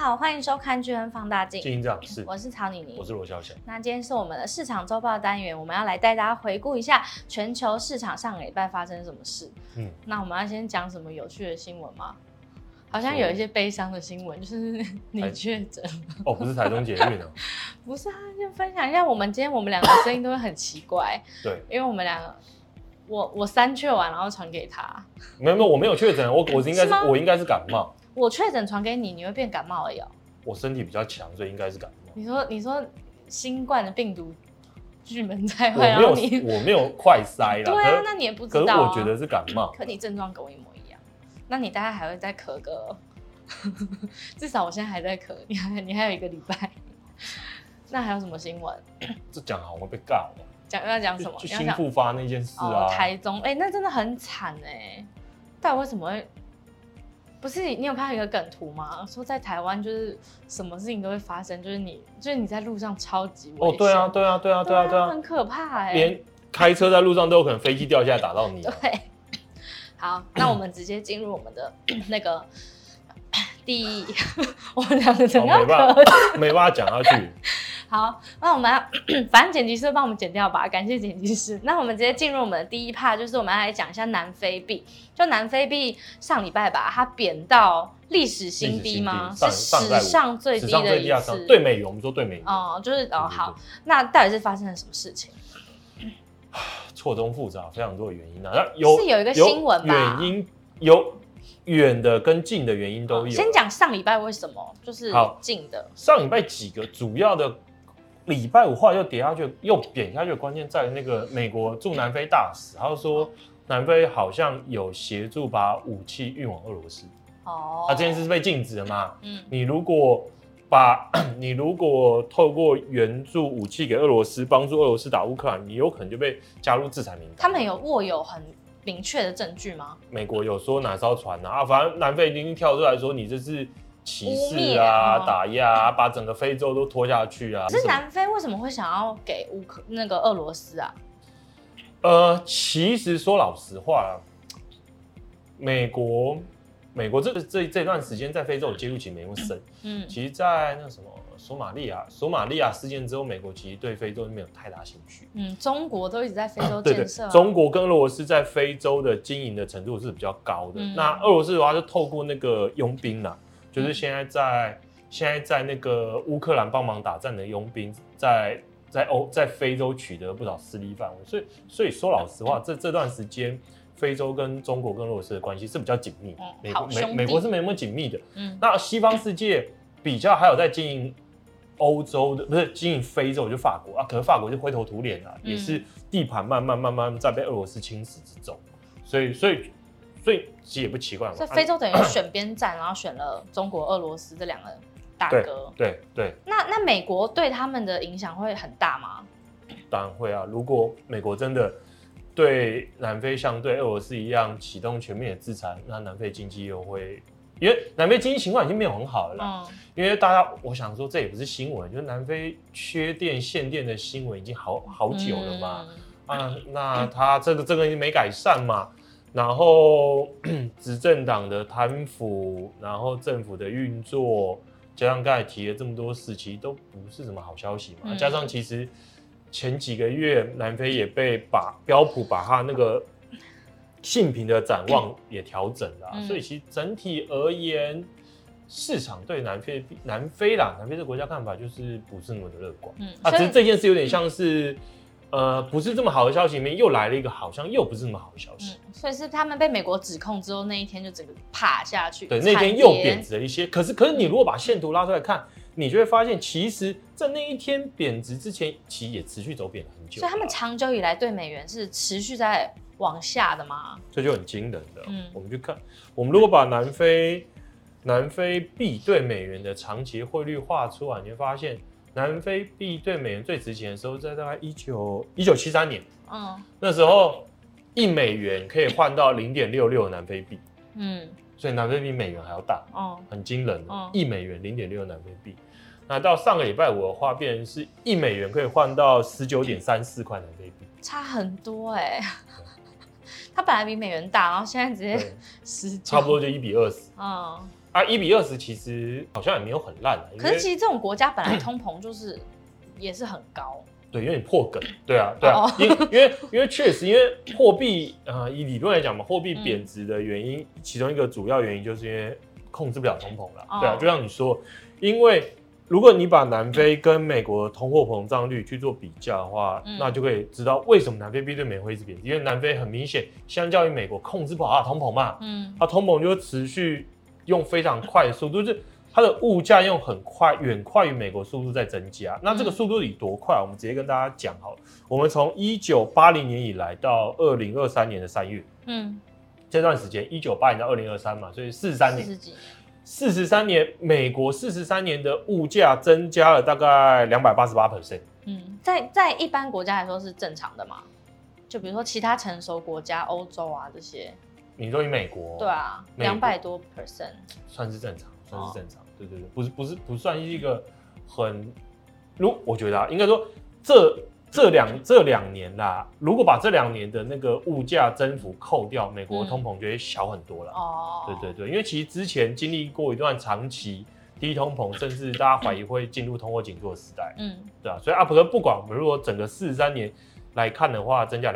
好，欢迎收看《钜亨放大镜》， 经营长是， 我是曹妮妮， 我是罗小小。 那今天是我们的市场周报单元，我们要来带大家回顾一下全球市场上个礼拜发生什么事。那我们要先讲什么有趣的新闻吗？好像有一些悲伤的新闻，就是你确诊哦，不是台中捷运哦， 不是啊，先分享一下，今天我们两个声音都会很奇怪， 对， 因为我们两个。我3确完，然后传给他。 没有，我没有确诊，我应该是感冒。 我确诊传给你，你会变感冒而已哦。 我身体比较强，所以应该是感冒。 你说新冠的病毒巨门在外，然后我没有快筛啦。 对啊，那你也不知道啊。 可是我觉得是感冒。 可你症状跟我一模一样，那你大概还会再咳个，至少我现在还在咳，你还有1个礼拜。那还有什么新闻？ 这讲好会被告了。 要讲什么？ 就新复发那件事啊， 台中，那真的很惨哎！到底为什么会？不是你有看到一个梗图吗？说在台湾就是什么事情都会发生，就是你在路上超级危险。 哦，对啊， 很可怕哎！ 连开车在路上都有可能飞机掉下来打到你。 对，好，那我们直接进入我们的那个第一，我们两个怎么样？ 没办法讲下去。 好，那我们反正剪辑师会帮我们剪掉吧，感谢剪辑师。那我们直接进入我们的第一 part， 就是我们要来讲一下南非币。就南非币上礼拜吧，它贬到历史新低吗？是史上最低的一次。 对美元，我们说对美元。 哦，就是好，那到底是发生了什么事情？ 错综复杂，非常多的原因啊。 是有一个新闻吧？ 原因有远的跟近的原因都有。 先讲上礼拜为什么就是近的。 上礼拜几个主要的。礼拜5后来又跌下去，又贬下去的关键在于那个美国驻南非大使，他就说南非好像有协助把武器运往俄罗斯。哦，这件事是被禁止的嘛？你如果透过援助武器给俄罗斯，帮助俄罗斯打乌克兰，你有可能就被加入制裁名单。 他们有握有很明确的证据吗？ 美国有说哪艘船啊？反正南非已经跳出来说你这是。歧视啊，打压啊，把整个非洲都拖下去啊！ 可是南非为什么会想要给那个俄罗斯啊？ 其实说老实话，美国这段时间在非洲的介入其实没那么深。其实，在那什么索马利亚事件之后，美国其实对非洲没有太大兴趣。 中国都一直在非洲建设。 对，中国跟俄罗斯在非洲的经营的程度是比较高的。那俄罗斯的话，就透过那个佣兵啦。就是现在在那个乌克兰帮忙打仗的佣兵，在非洲取得不少势力范围，所以说老实话，这段时间非洲跟中国跟俄罗斯的关系是比较紧密，美国是没那么紧密的。那西方世界比较还有在经营欧洲的，不是经营非洲，就法国啊，可是法国就灰头土脸啊，也是地盘慢慢在被俄罗斯侵蚀之中，所以其实也不奇怪嘛。 所以非洲等于选边站，然后选了中国、俄罗斯这2个大哥。 对。 那美国对他们的影响会很大吗？ 当然会啊！如果美国真的对南非像对俄罗斯一样启动全面的制裁，那南非经济又会，因为南非经济情况已经没有很好了啦。因为大家，我想说这也不是新闻，就是南非缺电限电的新闻已经好久了嘛。那他这个已经没改善嘛。然后执政党的贪腐，然后政府的运作，加上刚才提了这么多事，其实都不是什么好消息嘛。加上其实前几个月南非也被标普把它那个信评的展望也调整了，所以其实整体而言，市场对南非这个国家看法就是不是那么的乐观。只是这件事有点像是。不是这么好的消息，里面又来了一个好像又不是那么好的消息。 所以是他们被美国指控之后那一天就整个啪下去。 对，那天又贬值了一些。可是你如果把线图拉出来看，你就会发现，其实在那一天贬值之前，其实也持续走贬了很久。 所以他们长久以来对美元是持续在往下的吗？ 这就很惊人的。我们去看，我们如果把南非币对美元的长期汇率画出来，你会发现。南非币对美元最值钱的时候，在大概1973年，那时候1美元可以换到0.66的南非币，所以南非比美元还要大，很惊人，1美元0.6南非币。那到上个礼拜5的话，变成是1美元可以换到19.34块南非币， 差很多哎。它本来比美元大，然后现在直接19， 差不多就1比20。 啊，1:20其实好像也没有很烂啊。 可是其实这种国家本来通膨就是也是很高。 对，有点破梗。对啊，对啊，因为确实，因为货币以理论来讲嘛，货币贬值的原因，其中一个主要原因就是因为控制不了通膨了。对啊，就像你说，因为如果你把南非跟美国的通货膨胀率去做比较的话，那就可以知道为什么南非币对美元会一直贬值，因为南非很明显相较于美国控制不好它的通膨嘛，它通膨就会持续用非常快的速度，就是它的物价用很快，远快于美国速度在增加。那这个速度以多快？我们直接跟大家讲好了。我们从1980年以来到2023年的3月，这段时间1980年到2023嘛，所以43年，43年，美国43年的物价增加了大概288%。 在一般国家来说是正常的嘛？就比如说其他成熟国家，欧洲啊这些。 你说以美国？ 对啊，200多%， 算是正常，算是正常。对对对，不算是一个很，我觉得啊，应该说这两年啦，如果把这2年的那个物价增幅扣掉，美国的通膨就会小很多了。对对对，因为其实之前经历过一段长期低通膨，甚至大家怀疑会进入通货紧缩的时代。对啊，所以不管我们如果整个43年来看的话，增加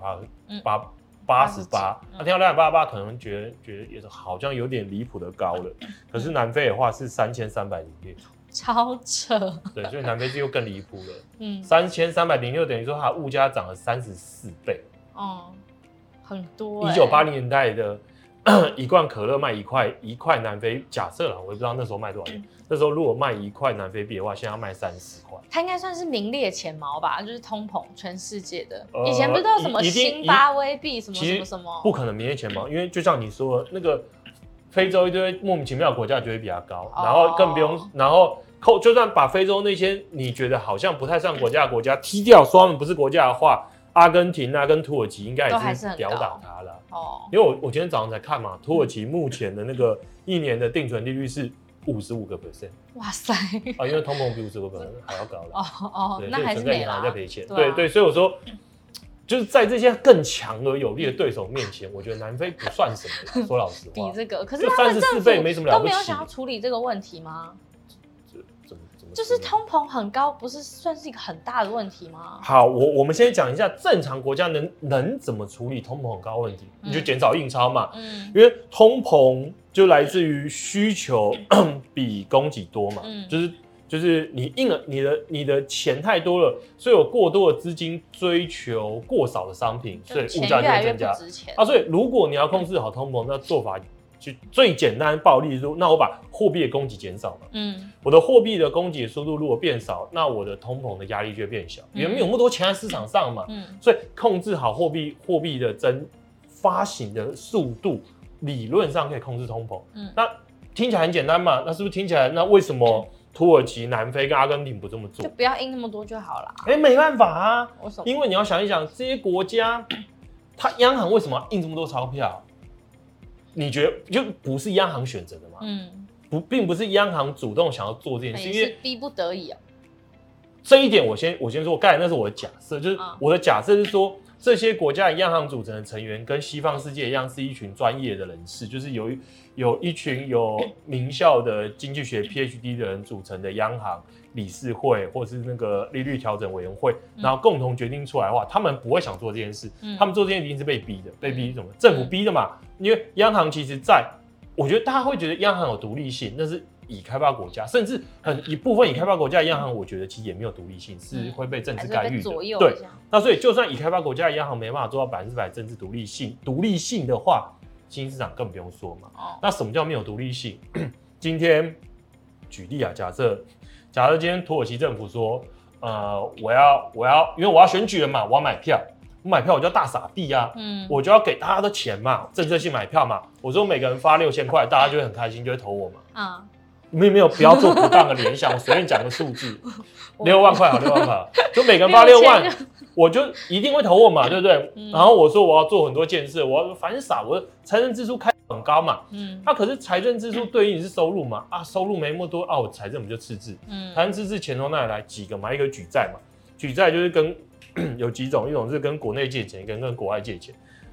288%，听到288可能觉得也是好像有点离谱的高了。可是南非的话是3306， 超扯。 对，所以南非就又更离谱了。3306等于说它的物价涨了34倍。 很多。 1980年代的一罐可乐卖一块南非，假设啦，我也不知道那时候卖多少钱。那时候如果卖1块南非币的话，现在要卖30块。 它应该算是名列前茅吧，就是通膨全世界的。以前不是都有什么辛巴威币什么什么？ 不可能名列前茅，因为就像你说的，那个非洲一堆莫名其妙的国家就会比较高，然后更不用，然后就算把非洲那些你觉得好像不太算国家的国家踢掉，说他们不是国家的话，阿根廷啊跟土耳其应该也是吊打它了。因为我今天早上才看嘛，土耳其目前的那个1年的定存利率是55%。 哇塞！ 因为通膨比55%还要高了。 那还是没啦。 在赔钱。对，所以我说，就是在这些更强而有力的对手面前，我觉得南非不算什么。说老实话， 比这个，可是他们政府倍没什么了不起， 都没有想要处理这个问题吗？就是通膨很高，不是算是一个很大的问题吗？ 好，我们先讲一下正常国家能怎么处理通膨很高的问题，你就减少印钞嘛。因为通膨就来自于需求比供给多嘛，就是你你的钱太多了，所以有过多的资金追求过少的商品，所以物价就会增加。所以如果你要控制好通膨，那做法就最简单暴力说，那我把货币的供给减少嘛。我的货币的供给速度如果变少，那我的通膨的压力就会变小，因为没有那么多钱在市场上嘛。所以控制好货币的发行的速度，理论上可以控制通膨。那听起来很简单嘛？那是不是听起来？那为什么土耳其、南非跟阿根廷不这么做？ 就不要印那么多就好了。 没办法啊，因为你要想一想，这些国家，它央行为什么要印这么多钞票？你觉得就不是央行选择的吗？并不是央行主动想要做这件事，因为逼不得已啊。 这一点我先说，刚才那是我的假设，就是我的假设是说，这些国家的央行组成的成员跟西方世界一样，是一群专业的人士，就是有一群有名校的经济学 PhD 的人组成的央行理事会，或是那个利率调整委员会，然后共同决定出来的话，他们不会想做这件事，他们做这件事一定是被逼的，被逼什么？政府逼的嘛。因为央行其实我觉得大家会觉得央行有独立性，那是已开发国家，甚至一部分已开发国家的央行，我觉得其实也没有独立性，是会被政治干预的。对，那所以就算已开发国家的央行没办法做到100%政治独立性的话，新兴市场更不用说嘛。那什么叫没有独立性？今天举例啊，假设今天土耳其政府说，我要，因为我要选举了嘛，我要买票。我买票我就要大撒币啊，我就要给大家的钱嘛，政策性买票嘛。我说每个人发6000块，大家就会很开心，就会投我嘛。没有不要做不当的联想，我随便讲个数字，6万块好，6万块，就每个人发6万，我就一定会投我嘛，对不对？然后我说我要做很多建设，我要反正我的财政支出开很高嘛，可是财政支出对应是收入嘛，收入没那么多我财政不就赤字？财政赤字钱从哪里来？几个嘛，一个举债嘛，举债就是跟有几种，一种是跟国内借钱，跟国外借钱。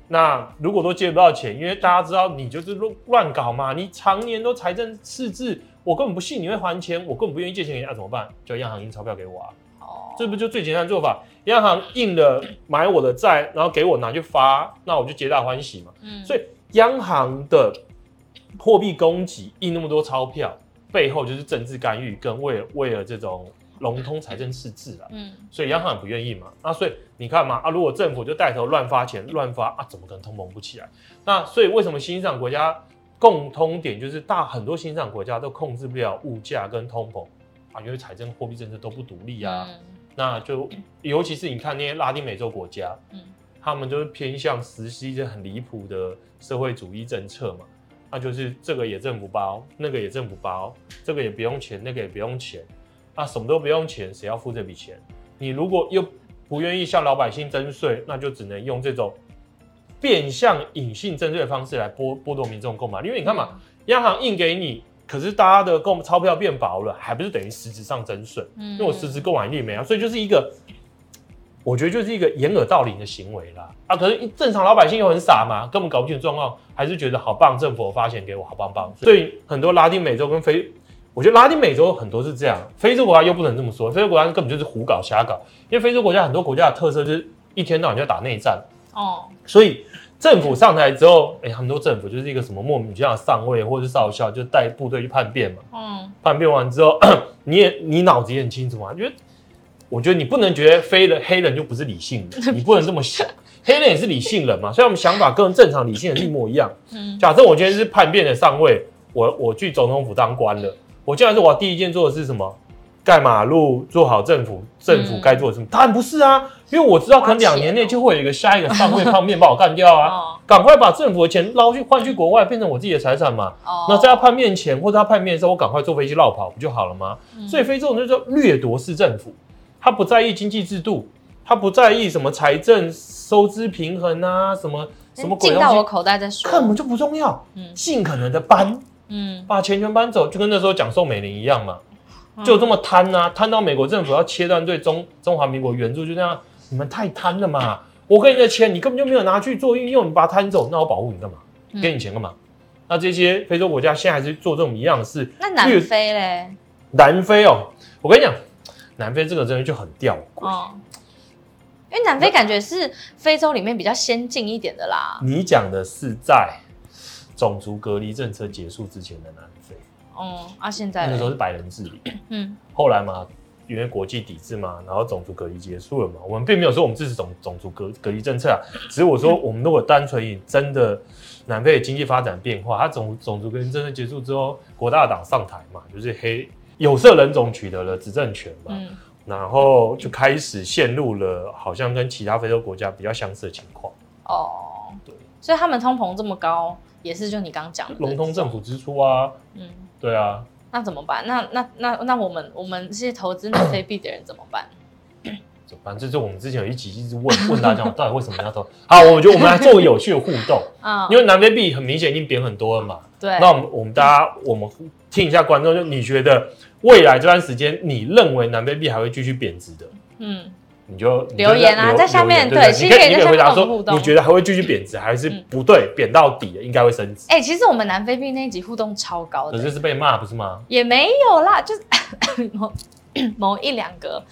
那如果都借不到钱，因为大家知道你就是乱搞嘛，你常年都财政赤字，我根本不信你会还钱，我根本不愿意借钱给你，怎么办？叫央行印钞票给我啊。这不就最简单的做法？央行印了买我的债，然后给我拿去发，那我就皆大欢喜嘛。所以央行的货币供给印那么多钞票，背后就是政治干预跟为了这种笼统财政赤字啦。所以央行也不愿意嘛。那所以你看嘛，如果政府就带头乱发钱乱发怎么可能通膨不起来？那所以为什么新兴市场国家共通点就是很多新兴市场国家都控制不了物价跟通膨因为财政货币政策都不独立啊。那就尤其是你看那些拉丁美洲国家，他们就是偏向实施一些很离谱的社会主义政策嘛。那就是这个也政府包，那个也政府包，这个也不用钱，那个也不用钱，什么都不用钱，谁要付这笔钱？你如果又不愿意向老百姓征税，那就只能用这种变相隐性征税的方式来剥夺民众购买力。因为你看嘛，央行印给你。可是大家的钞票变薄了，还不是等于实质上征税？因为我实质购买力没有，所以就是一个，我觉得就是一个掩耳盗铃的行为啦。可是正常老百姓又很傻嘛，根本搞不清楚状况，还是觉得好棒，政府发钱给我，好棒棒。所以很多拉丁美洲跟我觉得拉丁美洲很多是这样，非洲国家又不能这么说，非洲国家根本就是胡搞瞎搞。因为非洲国家很多国家的特色就是一天到晚就打内战，所以。政府上台之后，很多政府就是一个什么莫名其妙的上尉或者是少校，就带部队去叛变嘛。叛变完之后，你脑子也很清楚嘛。我觉得你不能觉得黑人就不是理性的，你不能这么想。黑人也是理性人嘛，所以我们想法跟正常理性人一模一样。假设我今天是叛变的上尉，我去总统府当官了，我进来之后，我第一件做的是什么？盖马路，做好政府该做的什么？当然不是啊，因为我知道可能2年内就会有下一个上尉叛变把我干掉啊，赶快把政府的钱捞去换去国外，变成我自己的财产嘛。那在他叛变前或者他叛变的时候，我赶快坐飞机绕跑不就好了吗？所以非洲人就叫掠夺式政府，他不在意经济制度，他不在意什么财政收支平衡啊，什么鬼东西进到我口袋再说， 根本就不重要，尽可能的搬，把钱全搬走，就跟那时候讲宋美龄一样嘛。就这么贪啊，贪到美国政府要切断对中华民国援助，就这样，你们太贪了嘛！我给你的钱，你根本就没有拿去做运用，你把它贪走，那我保护你干嘛？给你钱干嘛？那这些非洲国家现在还是做这种一样的事。 那南非嘞？ 南非我跟你讲，南非这个真的就很吊诡。 因为南非感觉是非洲里面比较先进一点的啦。 你讲的是在种族隔离政策结束之前的南非。 现在那个时候是白人治理，后来嘛，因为国际抵制嘛，然后种族隔离结束了嘛，我们并没有说我们支持种族隔离政策啊，只是我说我们如果单纯以真的南非的经济发展变化，它种族隔离政策结束之后，国大党上台嘛，就是有色人种取得了执政权嘛，然后就开始陷入了好像跟其他非洲国家比较相似的情况。 对，所以他们通膨这么高，也是就你刚刚讲的笼统政府支出啊，对啊， 那怎么办？那我们这些投资南非币的人怎么办？ 怎么办？这就我们之前有一集一直问大家，到底为什么要投？好，我觉得我们来做个有趣的互动，因为南非币很明显已经贬很多了嘛。 对， 那我们听一下观众，就你觉得未来这段时间，你认为南非币还会继续贬值的？你就留言啊，在下面对， 其实你可以回答说，你觉得还会继续贬值，还是不对，贬到底了，应该会升值？ 其实我们南非币那一集互动超高的， 可是被骂不是吗？ 也没有啦，就是某一两个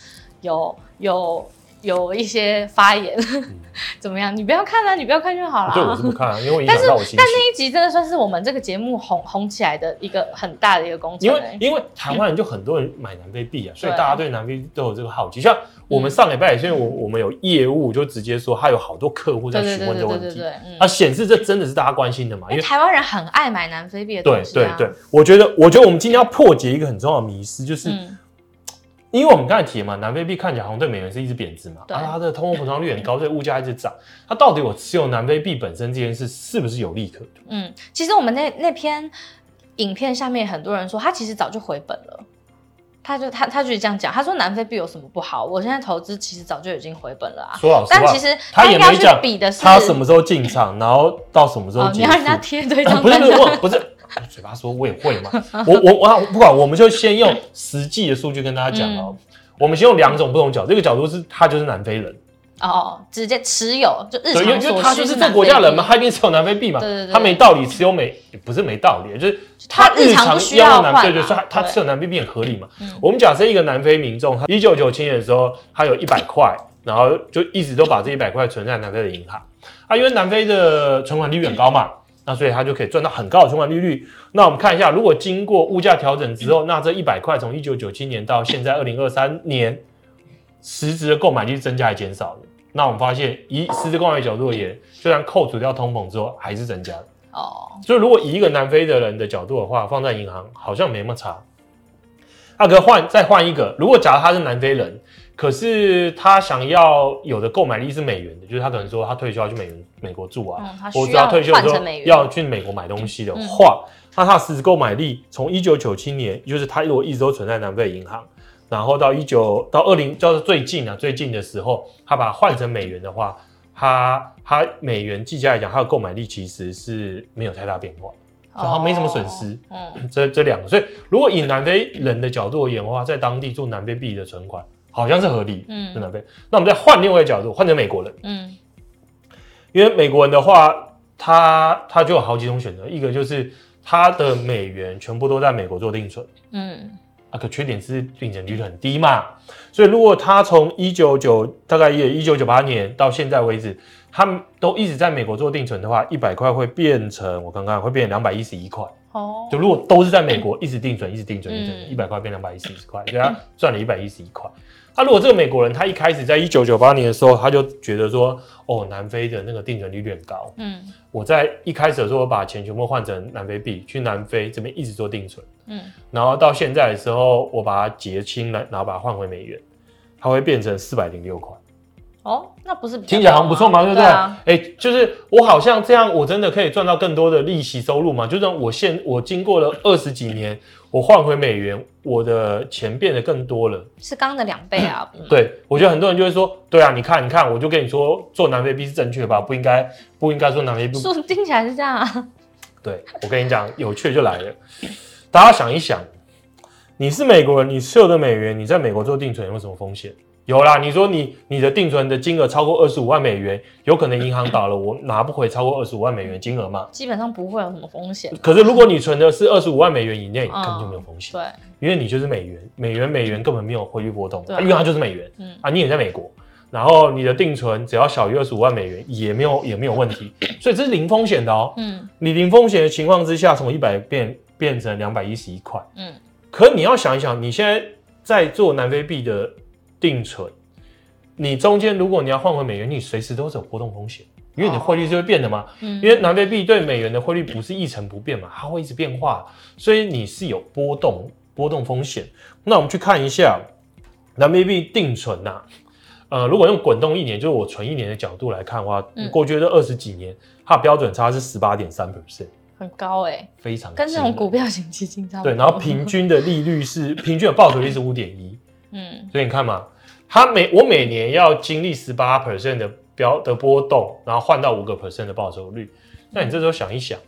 有一些发言，怎么样？你不要看啊，你不要看就好了。 对，我是不看啊，因为我影响到我心情。 但那一集真的算是我们这个节目红起来的一个很大的一个工程。 因为台湾人就很多人买南非币啊，所以大家对南非都有这个好奇。像我们上礼拜，因为我们有业务，就直接说他有好多客户在询问这个问题，它显示这真的是大家关心的嘛？因为台湾人很爱买南非币的东西。 对，我觉得我们今天要破解一个很重要的迷思，就是。因为我们刚才提嘛，南非币看起来好像对美元是一直贬值嘛，它的通货膨胀率很高，所以物价一直涨。它到底我持有南非币本身这件事是不是有利可图？ 其实我们那篇影片下面很多人说，他其实早就回本了。他就是这样讲，他说南非币有什么不好？我现在投资其实早就已经回本了啊。 说老实话， 但其实他应该要去比的是他什么时候进场，然后到什么时候结束。 你要人家贴对账单，不是。嘴巴说我也会嘛，我不管，我们就先用实际的数据跟大家讲哦。我们先用2种不同角度，这个角度是他就是南非人， 直接持有就日常所需， 因为他就是这国家人嘛，他一定持有南非币嘛， 对， 他没道理持有不是没道理，就是他日常不需要换， 对，所以他持有南非币很合理嘛。我们假设一个南非民众，他1997年的时候，他有100块，然后就一直都把这100块存在南非的银行，因为南非的存款利率很高嘛，那所以他就可以赚到很高的存款利率。那我们看一下，如果经过物价调整之后，那这100块从1997年到现在2023年，实质的购买力增加还减少了。那我们发现，以实质购买角度而言，虽然扣除掉通膨之后，还是增加的。所以如果以一个南非的人的角度的话，放在银行好像没那么差。再换一个，如果假如他是南非人，可是他想要有的购买力是美元的，就是他可能说他退休要去美国住啊，或者他退休的时候要去美国买东西的话，那他的实质购买力从1997年，就是他如果一直都存在南非银行，然后到20就是最近的时候，他把它换成美元的话，他美元计价来讲，他的购买力其实是没有太大变化，所以他没什么损失。这两个，所以如果以南非人的角度而言的话，在当地做南非币的存款好像是合理，是南非。那我们再换另外一个角度，换成美国人，因为美国人的话，他就有好几种选择，一个就是他的美元全部都在美国做定存，可缺点是定存利率很低嘛，所以如果他从大概1998年到现在为止，他们都一直在美国做定存的话，100块会变成我刚刚会变成211块。就如果都是在美国一直定存，100块变211块，所以他赚了111块。如果这个美国人他一开始在1998年的时候，他就觉得说，南非的那个定存利率很高，我在一开始的时候把钱全部换成南非币，去南非这边一直做定存，然后到现在的时候，我把它结清了，然后把它换回美元，它会变成406块。 那不是比较听起来好像不错嘛，对不对？就是我好像这样，我真的可以赚到更多的利息收入嘛？就是我经过了20几年，我换回美元，我的钱变得更多了， 是刚的2倍啊。 对，我觉得很多人就会说，对啊，你看，我就跟你说，做南非币是正确的吧？不应该说南非币。 听起来是这样啊。 对，我跟你讲，有趣的就来了，大家想一想，你是美国人，你持有的美元，你在美国做定存有没有什么风险？有啦，你说你的定存的金额超过25万美元，有可能银行倒了，我拿不回超过25万美元金额吗？ 基本上不会有什么风险。 可是如果你存的是25万美元以内，根本就没有风险。 对， 因为你就是美元根本没有汇率波动，因为它就是美元。你也在美国，然后你的定存只要小于25万美元也没有问题，所以这是零风险的哦。你零风险的情况之下，从100变成211块。可你要想一想，你现在在做南非币的定存，你中间如果你要换回美元，你随时都是有波动风险，因为你的汇率是会变的嘛。因为南非币对美元的汇率不是一成不变嘛，它会一直变化，所以你是有波动风险。那我们去看一下南非币定存如果用滚动1年，就是我存1年的角度来看的话，过去这20几年，它的标准差是18.3%， 很高非常跟这种股票型基金差不多。 对，然后平均的报酬率是5.1%。所以你看嘛，我每年要经历18% 的波动，然后换到5% 的报酬率。那你这时候想一想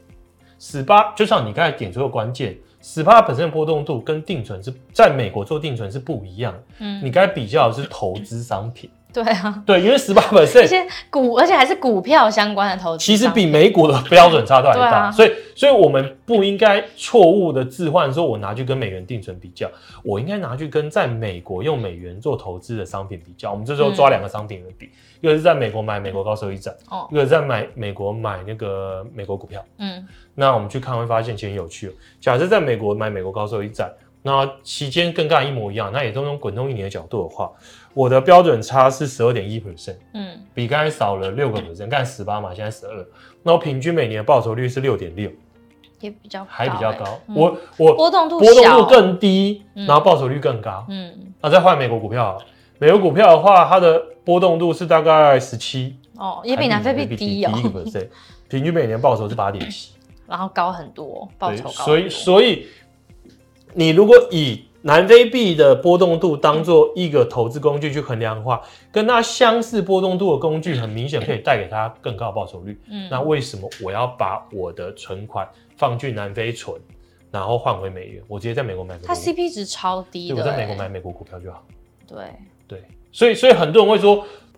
，18就像你刚才点出的关键，18% 的波动度跟定存是在美国做定存是不一样的。你该比较的是投资商品。 对啊， 对，因为18% 而且还是股票相关的投资， 其实比美股的标准差都还大。所以我们不应该错误的置换，说我拿去跟美元定存比较，我应该拿去跟在美国用美元做投资的商品比较。我们这时候抓2个商品来比，一个是在美国买美国高收益债，一个是在美国买那个美国股票。那我们去看会发现其实很有趣。假设在美国买美国高收益债，那期间跟刚才一模一样，那也都用滚动1年的角度的话，我的标准差是12.1%，比刚才少了6%，刚才18嘛，现在12，然后平均每年的报酬率是6.6%， 也比较高， 还比较高。我波动度更低，然后报酬率更高。那再换美国股票，美国股票的话，它的波动度是大概17%， 也比南非币低 1%，平均每年报酬是8.7%， 然后高很多，报酬高很多。 所以你如果以南非币的波动度当做一个投资工具去衡量的话，跟它相似波动度的工具，很明显可以带给它更高的报酬率。那为什么我要把我的存款放去南非存，然后换回美元？我直接在美国买美国股票， 它 CP 值超低的， 我在美国买美国股票就好。 对， 所以很多人会说，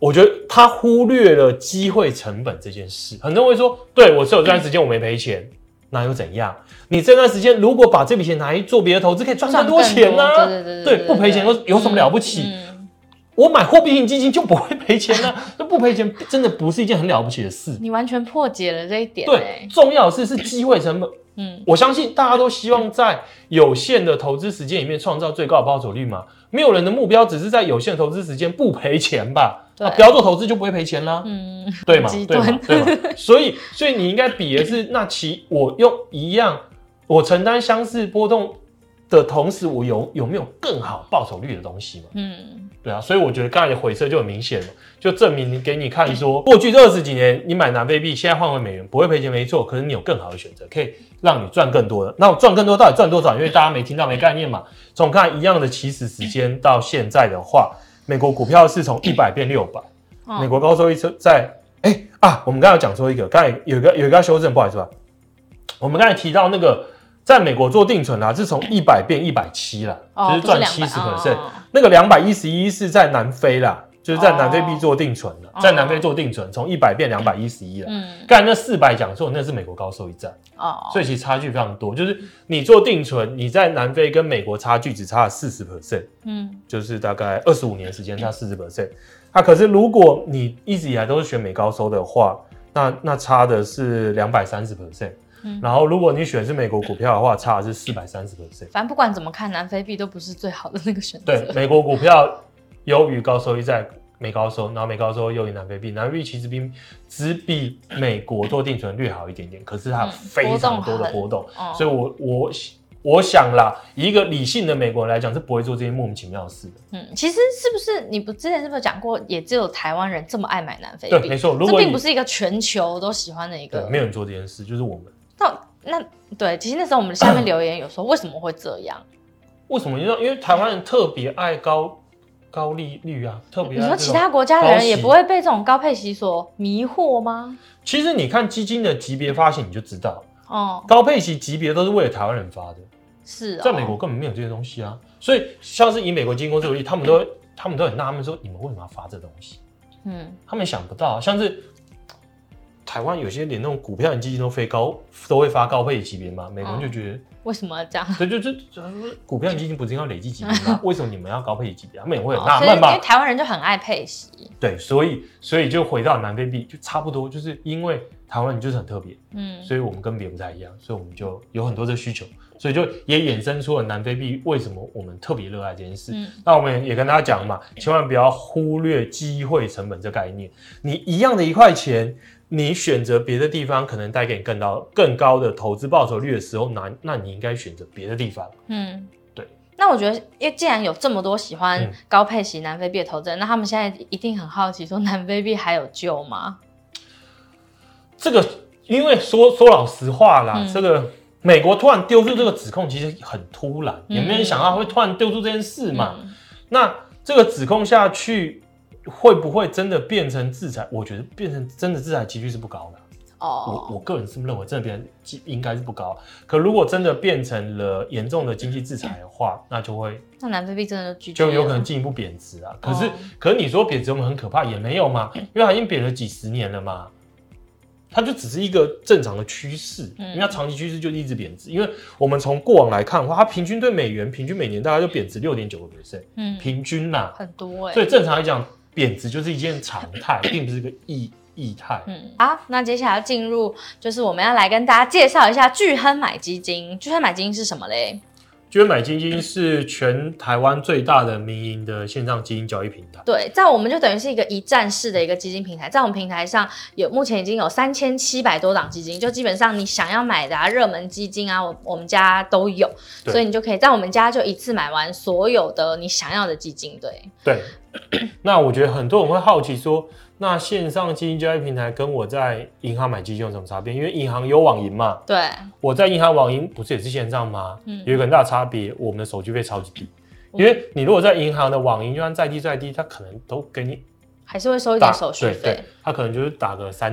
我觉得他忽略了机会成本这件事。很多人会说，对，我持有这段时间我没赔钱，那又怎样？你这段时间如果把这笔钱拿去做别的投资，可以赚更多钱啊！对，不赔钱有什么了不起？我买货币型基金就不会赔钱啊，那不赔钱真的不是一件很了不起的事。 你完全破解了这一点。 对，重要的是机会成本。我相信大家都希望在有限的投资时间里面创造最高的报酬率嘛。没有人的目标只是在有限的投资时间不赔钱吧？不要做投资就不会赔钱啦。对嘛？对嘛？所以你应该比的是，那我用一样，我承担相似波动的同时，我有没有更好报酬率的东西嘛？对啊，所以我觉得刚才的回撤就很明显了，就证明给你看说，过去20几年你买南非币，现在换回美元不会赔钱没错，可是你有更好的选择，可以让你赚更多的。那我赚更多到底赚多少？因为大家没听到没概念嘛。从看一样的起始时间到现在的话，美国股票是从100变600，美国高收益在我们刚才有讲说一个，刚才有一个修正，不好意思吧？我们刚才提到那个。在美国做定存啦，是从100变170啦，就是赚70%。那个211是在南非啦，就是在南非币做定存啦，在南非做定存，从100变211啦。刚才那400讲错，那是美国高收益债。所以其实差距非常多，就是你做定存，你在南非跟美国差距只差了40%，就是大概25年时间差40%。可是如果你一直以来都是选美高收的话，那差的是230%。然后，如果你选的是美国股票的话，差的是430%。 反正不管怎么看，南非币都不是最好的那个选择。 对，美国股票优于高收益债美高收，然后美高收优于南非币。南非币其实只比美国做定存略好一点点，可是它有非常多的波动，所以我想啦，以一个理性的美国人来讲，是不会做这些莫名其妙的事的。 其实是不是你之前是不是讲过，也只有台湾人这么爱买南非币？ 对，没错。 这并不是一个全球都喜欢的一个。 对，没有人做这件事，就是我们。 那对，其实那时候我们下面留言有说为什么会这样？ 为什么？因为台湾人特别爱高利率啊，特别爱。 你说其他国家的人也不会被这种高配息所迷惑吗？ 其实你看基金的级别发行你就知道，高配息级别都是为了台湾人发的。是在美国根本没有这些东西啊，所以像是以美国基金公司为例，他们都很纳闷说，你们为什么要发这东西？他们想不到，像是。台湾有些连那种股票型基金都会发高配级别嘛？美国人就觉得为什么要这样？ 对，就是股票型基金不是应该累积级别吗？为什么你们要高配级别？他们也会很纳闷嘛。 因为台湾人就很爱配息。 对，所以就回到南非币就差不多，就是因为台湾人就是很特别，所以我们跟别人不太一样，所以我们就有很多这需求，所以就也衍生出了南非币为什么我们特别热爱这件事。那我们也跟大家讲嘛，千万不要忽略机会成本这概念。你一样的1块钱。你选择别的地方可能带给你更高的投资报酬率的时候，那你应该选择别的地方。对。 那我觉得，因为既然有这么多喜欢高配息南非币的投资人，那他们现在一定很好奇，说南非币还有救吗？ 这个，因为说老实话啦，这个美国突然丢出这个指控，其实很突然，也没人想到会突然丢出这件事嘛。那这个指控下去。会不会真的变成制裁？我觉得变成真的制裁几率是不高的。我个人是认为真的变成应该是不高。可如果真的变成了严重的经济制裁的话，那南非币真的就有可能进一步贬值啊。可是你说贬值有没有很可怕？也没有嘛，因为它已经贬了几十年了嘛。它就只是一个正常的趋势，因为它长期趋势就一直贬值。因为我们从过往来看的话，它平均对美元平均每年大概就贬值6.9%，平均啦， 很多所以正常来讲。贬值就是一件常态，并不是一个异态。 好，那接下来要进入，就是我们要来跟大家介绍一下钜亨买基金。钜亨买基金是什么嘞？ 钜亨买基金是全台湾最大的民营的线上基金交易平台。 对，在我们就等于是一个一站式的一个基金平台，在我们平台上目前已经有3700多档基金，就基本上你想要买的热门基金啊，我们家都有，所以你就可以在我们家就一次买完所有的你想要的基金。 对。那我觉得很多人会好奇说，那线上基金交易平台跟我在银行买基金有什么差别？因为银行有网银嘛， 对， 我在银行网银不是也是线上吗？有一个很大的差别，我们的手续费超级低。因为你如果在银行的网银，就算再低，它可能都给你还是会收一点手续费， 对，它可能就是打个3折。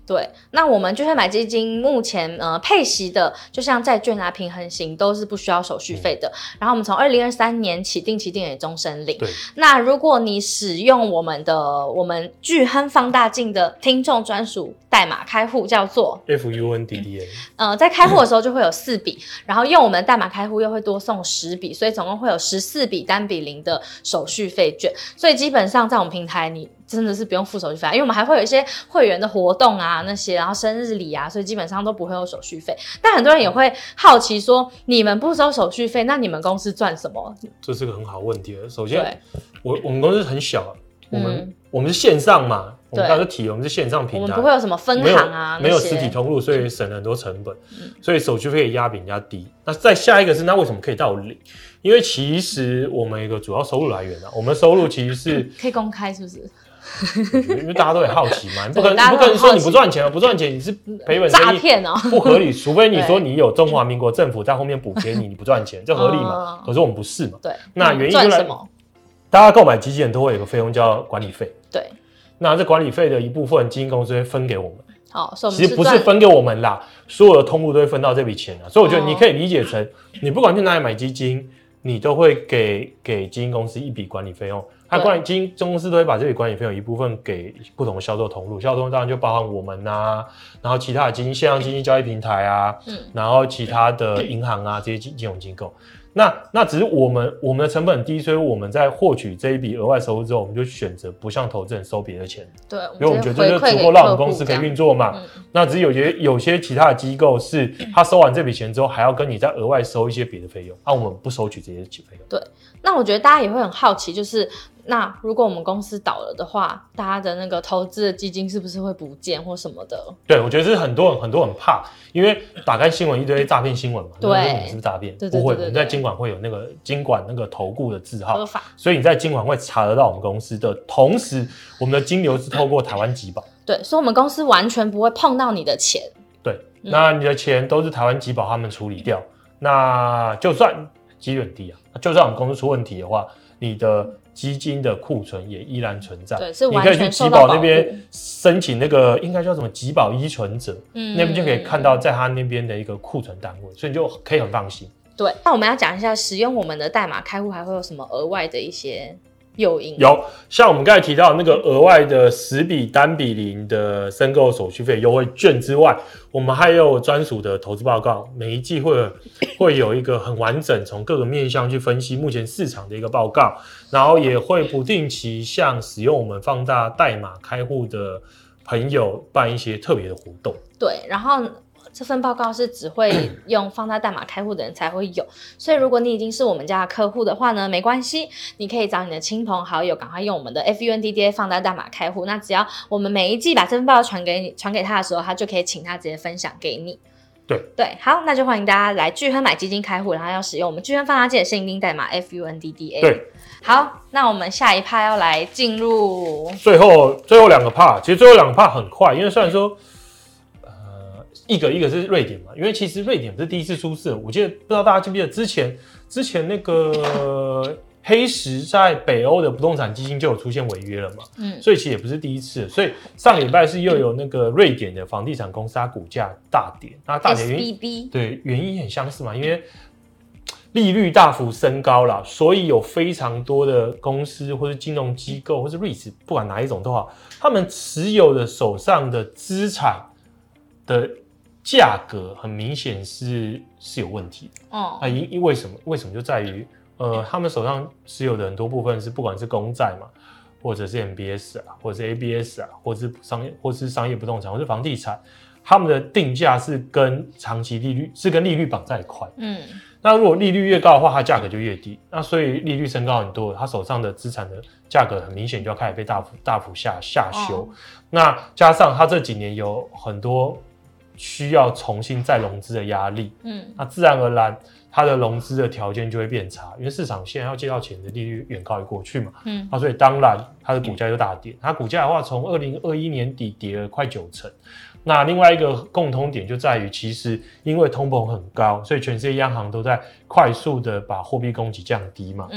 对，那我们聚会买基金目前配息的，就像债券啊、平衡型都是不需要手续费的。然后我们从2023年起定期定额终身领。 对， 那如果你使用我们钜亨放大镜的听众专属代码开户，叫做 FUNDDA， 在开户的时候就会有4笔，然后用我们的代码开户又会多送10笔，所以总共会有14笔单笔0的手续费券。所以基本上在我们平台你真的是不用付手续费，因为我们还会有一些会员的活动啊那些，然后生日礼啊，所以基本上都不会有手续费。但很多人也会好奇说，你们不收手续费，那你们公司赚什么？ 这是个很好问题了。首先，我们公司很小，我们是线上嘛，我们刚才提我们是线上平台， 我们不会有什么分行啊， 没有实体通路，所以省了很多成本，所以手续费压比人家低。那再下一个是，那为什么可以到0？因为其实我们有一个主要收入来源啊，我们的收入其实是可以公开，是不是？ 因为大家都很好奇嘛，你不可能说你不赚钱啊，不赚钱你是赔本生意， 诈骗哦， 不合理。除非你说你有中华民国政府在后面补贴你，你不赚钱，这合理嘛？可是我们不是嘛？ 对， 那原因赚什么？ 大家购买基金都会有个费用叫管理费， 对。 那这管理费的一部分，基金公司会分给我们。 所以其实不是分给我们啦，所有的通路都会分到这笔钱啊。所以我觉得你可以理解成，你不管去哪里买基金，你都会给基金公司一笔管理费用。基金公司都会把这笔管理费用一部分给不同的销售通路，销售通路当然就包含我们啊，然后其他的线上基金交易平台啊，然后其他的银行啊这些金融机构。那只是我们的成本很低，所以我们在获取这一笔额外收入之后，我们就选择不向投资人收别的钱， 对， 因为我们觉得这就足够让我们公司可以运作嘛。那只是有些其他的机构是他收完这笔钱之后，还要跟你再额外收一些别的费用，我们不收取这些费用。 对，那我觉得大家也会很好奇，就是那如果我们公司倒了的话，大家的那个投资的基金是不是会不见或什么的？ 对，我觉得是很多人很怕，因为打开新闻一堆诈骗新闻嘛， 对， 你是不是诈骗？不会，我们在金管会有那个金管那个投顾的字号， 合法， 所以你在金管会查得到我们公司的，同时我们的金流是透过台湾集保， 对，所以我们公司完全不会碰到你的钱， 对，那你的钱都是台湾集保他们处理掉，那就算几率很低啊，就算我们公司出问题的话，你的基金的库存也依然存在， 对，是完全你可以去集保那边申请那个应该叫什么集保依存者，那边就可以看到在他那边的一个库存单位，所以你就可以很放心。 对，那我们要讲一下使用我们的代码开户还会有什么额外的一些诱因？ 有，像我们刚才提到那个额外的10笔单笔0的申购手续费优惠券之外，我们还有专属的投资报告，每一季会有一个很完整，从各个面向去分析目前市场的一个报告，然后也会不定期向使用我们放大代码开户的朋友办一些特别的活动。 对，然后这份报告是只会用放大代码开户的人才会有，所以如果你已经是我们家的客户的话呢，没关系，你可以找你的亲朋好友赶快用我们的 FUNDDA 放大代码开户，那只要我们每一季把这份报告传给他的时候，他就可以请他直接分享给你。对，好，那就欢迎大家来钜亨买基金开户，然后要使用我们钜亨放大镜的限定代码 FUNDDA。对，好，那我们下一趴要来进入最后2个趴，其实最后2个趴很快，因为虽然说一个是瑞典嘛，因为其实瑞典不是第一次出事，我记得不知道大家记不记得之前那个黑石在北欧的不动产基金就有出现违约了嘛，所以其实也不是第一次，所以上礼拜是又有那个瑞典的房地产公司它股价大跌，那大跌原因对原因很相似嘛，因为利率大幅升高了，所以有非常多的公司或是金融机构或是 REITs 不管哪一种都好，他们持有的手上的资产的价格很明显是有问题的。为什么就在于他们手上持有的很多部分是不管是公债嘛，或者是 MBS 啊，或者是 ABS 啊，或是商业不动产，或是房地产，他们的定价是跟长期利率是跟利率绑在一块。那如果利率越高的话，它价格就越低。那所以利率升高很多，他手上的资产的价格很明显就要开始被大幅下修。那加上他这几年有很多需要重新再融资的压力，那自然而然它的融资的条件就会变差，因为市场现在要借到钱的利率远高于过去嘛，所以当然它的股价就大跌。它股价的话，从2021年底跌了快90%。那另外一个共通点就在于，其实因为通膨很高，所以全世界央行都在快速的把货币供给降低嘛。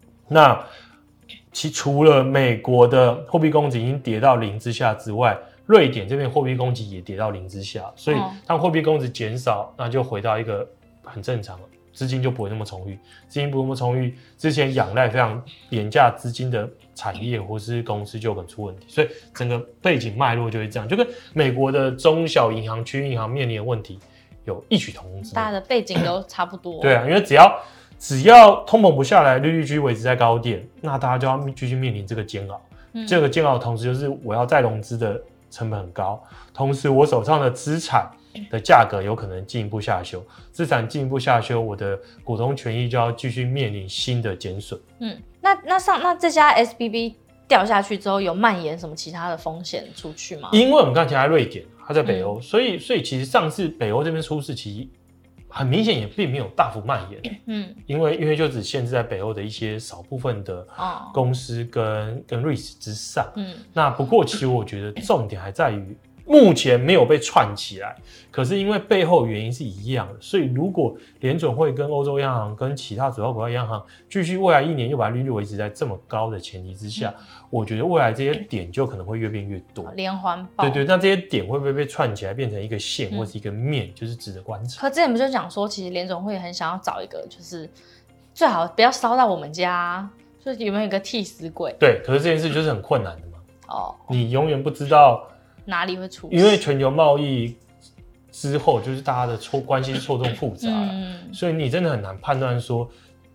那除了美国的货币供给已经跌到0之下之外， 瑞典这边货币供给也跌到零之下，所以当货币供给减少，那就回到一个很正常了，资金就不会那么充裕，资金不那么充裕，之前仰赖非常廉价资金的产业或是公司就很出问题，所以整个背景脉络就会这样，就跟美国的中小银行、区域银行面临的问题有异曲同工之妙， 大家的背景都差不多。 对啊，因为只要通膨不下来，利率继续维持在高点，那大家就要继续面临这个煎熬。这个煎熬的同时，就是我要再融资的成本很高，同时我手上的资产的价格有可能进一步下修，资产进一步下修，我的股东权益就要继续面临新的减损。 那这家 SBB 掉下去之后，有蔓延什么其他的风险出去吗？ 因为我们刚才提到瑞典，它在北欧，所以其实上次北欧这边出事，其实很明显也并没有大幅蔓延，因为就只限制在北欧的一些少部分的公司跟REITs 之上，那不过其实我觉得重点还在于目前没有被串起来，可是因为背后原因是一样的，所以如果联准会跟欧洲央行跟其他主要国家央行继续未来1年又把利率维持在这么高的前提之下，我觉得未来这些点就可能会越变越多， 连环爆。 对，那这些点会不会被串起来变成一个线或是一个面，就是值得观察。 可之前不就讲说，其实联总会很想要找一个，就是最好不要烧到我们家，就是有没有一个替死鬼？ 对，可是这件事就是很困难的嘛。你永远不知道哪里会出事， 因为全球贸易之后，就是大家的关系错综复杂，所以你真的很难判断说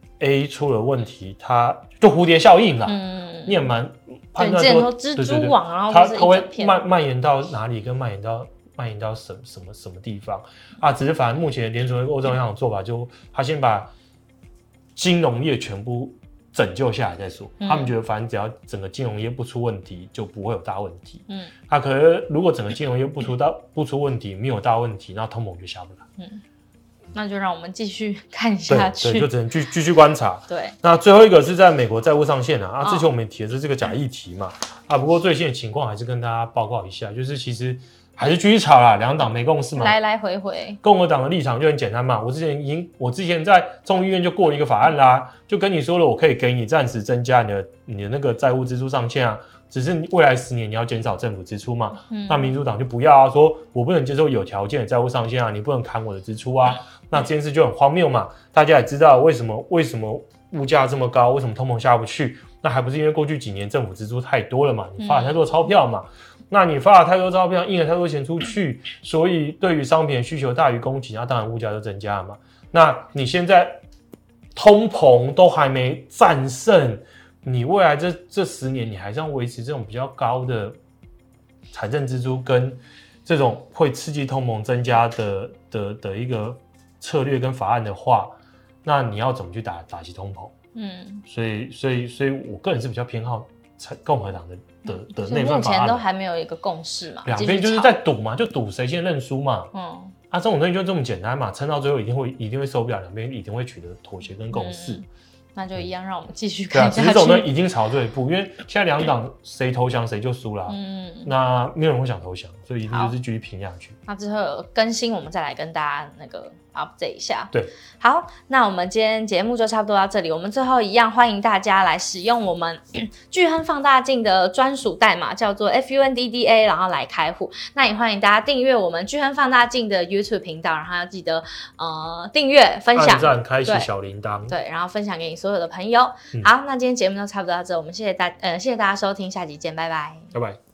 A 出了问题，它就蝴蝶效应啦，你很难判断说蜘蛛网，然后它会蔓延到哪里，跟蔓延到什么地方啊？只是反正目前联准会欧洲央行的做法，就他先把金融业全部拯救下来再说，他们觉得反正只要整个金融业不出问题，就不会有大问题。可是如果整个金融业不出问题，没有大问题，那通膨就下不来。 那就让我们继续看下去。 对，就只能继续观察。 对， 那最后一个是在美国债务上限啊，之前我们也提的是这个假议题嘛，不过最新的情况还是跟大家报告一下，就是其实还是继续吵啦，两党没共识嘛， 来来回回。 共和党的立场就很简单嘛，我之前在众议院就过了一个法案啦，就跟你说了，我可以给你暂时增加你的那个债务支出上限啊，只是未来10年你要减少政府支出嘛，那民主党就不要啊，说我不能接受有条件的债务上限啊，你不能砍我的支出啊，那这件事就很荒谬嘛，大家也知道为什么物价这么高，为什么通膨下不去，那还不是因为过去几年政府支出太多了嘛，你发了太多钞票嘛。那你发了太多钞票，印了太多钱出去，所以对于商品的需求大于供给，那当然物价就增加了嘛。那你现在通膨都还没战胜，你未来这10年，你还是要维持这种比较高的财政支出跟这种会刺激通膨增加的一个策略跟法案的话，那你要怎么去打击通膨？所以我个人是比较偏好共和党的那份法案， 目前都还没有一个共识嘛， 两边就是在赌嘛，就赌谁先认输嘛。这种东西就这么简单嘛，撑到最后一定会受不了，两边一定会取得妥协跟共识。 那就一样，让我们继续看下去。 只是这种东西已经朝这一步，因为现在两党谁投降谁就输了，那没有人会想投降，所以一定就是继续拼下去。 那之后有更新，我们再来跟大家那个 update 一下。 对， 好，那我们今天节目就差不多到这里。我们最后一样欢迎大家来使用我们钜亨放大镜的专属代码，叫做 FUNDDA， 然后来开户。那也欢迎大家订阅我们钜亨放大镜的 YouTube 频道，然后要记得订阅、分享、 按赞、开启小铃铛， 对，然后分享给你所有的朋友。好，那今天节目就差不多到这，我们谢谢大家收听，下集见，拜拜， 拜拜。